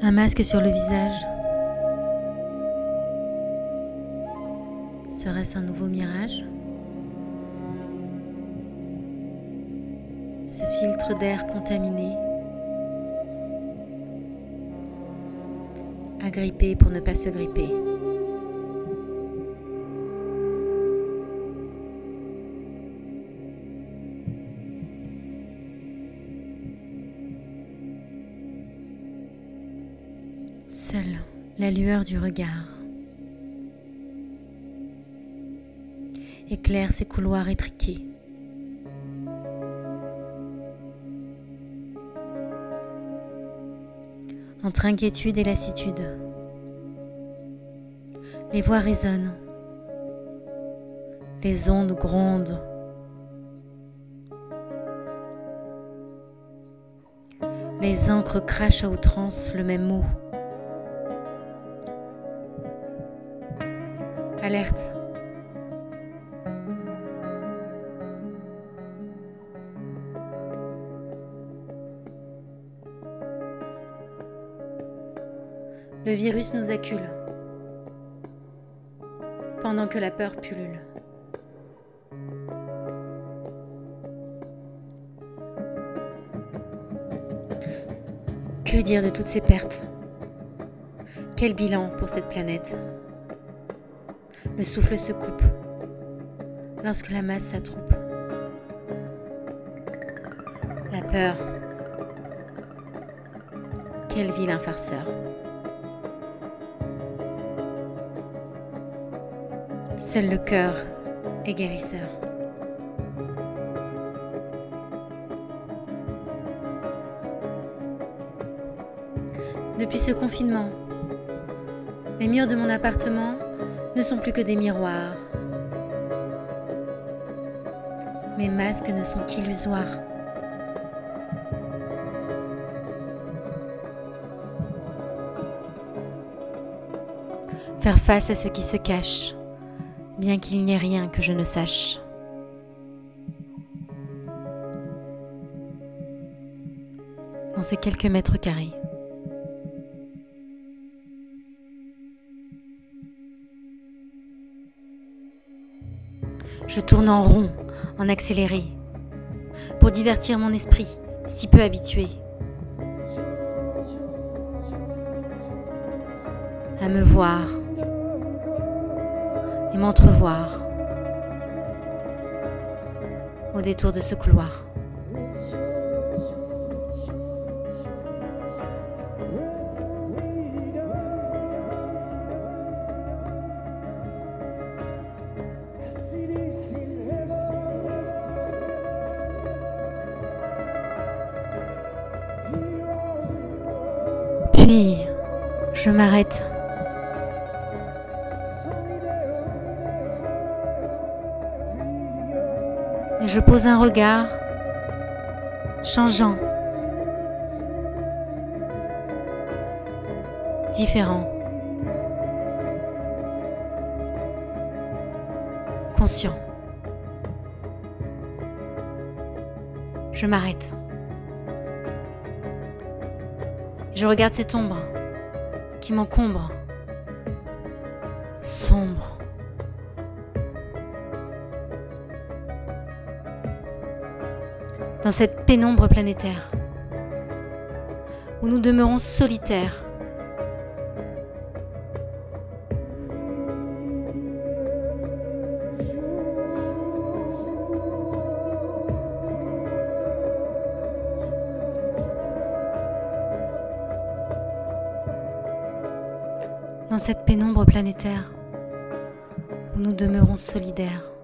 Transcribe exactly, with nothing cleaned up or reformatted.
Un masque sur le visage. Serait-ce un nouveau mirage? Ce filtre d'air contaminé, agrippé pour ne pas se gripper. Seule la lueur du regard éclaire ces couloirs étriqués. Entre inquiétude et lassitude, les voix résonnent, les ondes grondent. Les encres crachent à outrance le même mot. Alerte. Le virus nous accule, pendant que la peur pullule. Que dire de toutes ces pertes? Quel bilan pour cette planète? Le souffle se coupe lorsque la masse s'attroupe. La peur, quel vilain farceur. Seul le cœur est guérisseur. Depuis ce confinement, les murs de mon appartement ne sont plus que des miroirs. Mes masques ne sont qu'illusoires. Faire face à ce qui se cache, bien qu'il n'y ait rien que je ne sache. Dans ces quelques mètres carrés. Je tourne en rond, en accéléré, pour divertir mon esprit, si peu habitué à me voir et m'entrevoir au détour de ce couloir. Puis, je m'arrête. Et je pose un regard changeant, différent, conscient. Je m'arrête. Je regarde cette ombre qui m'encombre, sombre. Dans cette pénombre planétaire, où nous demeurons solitaires, dans cette pénombre planétaire où nous demeurons solidaires.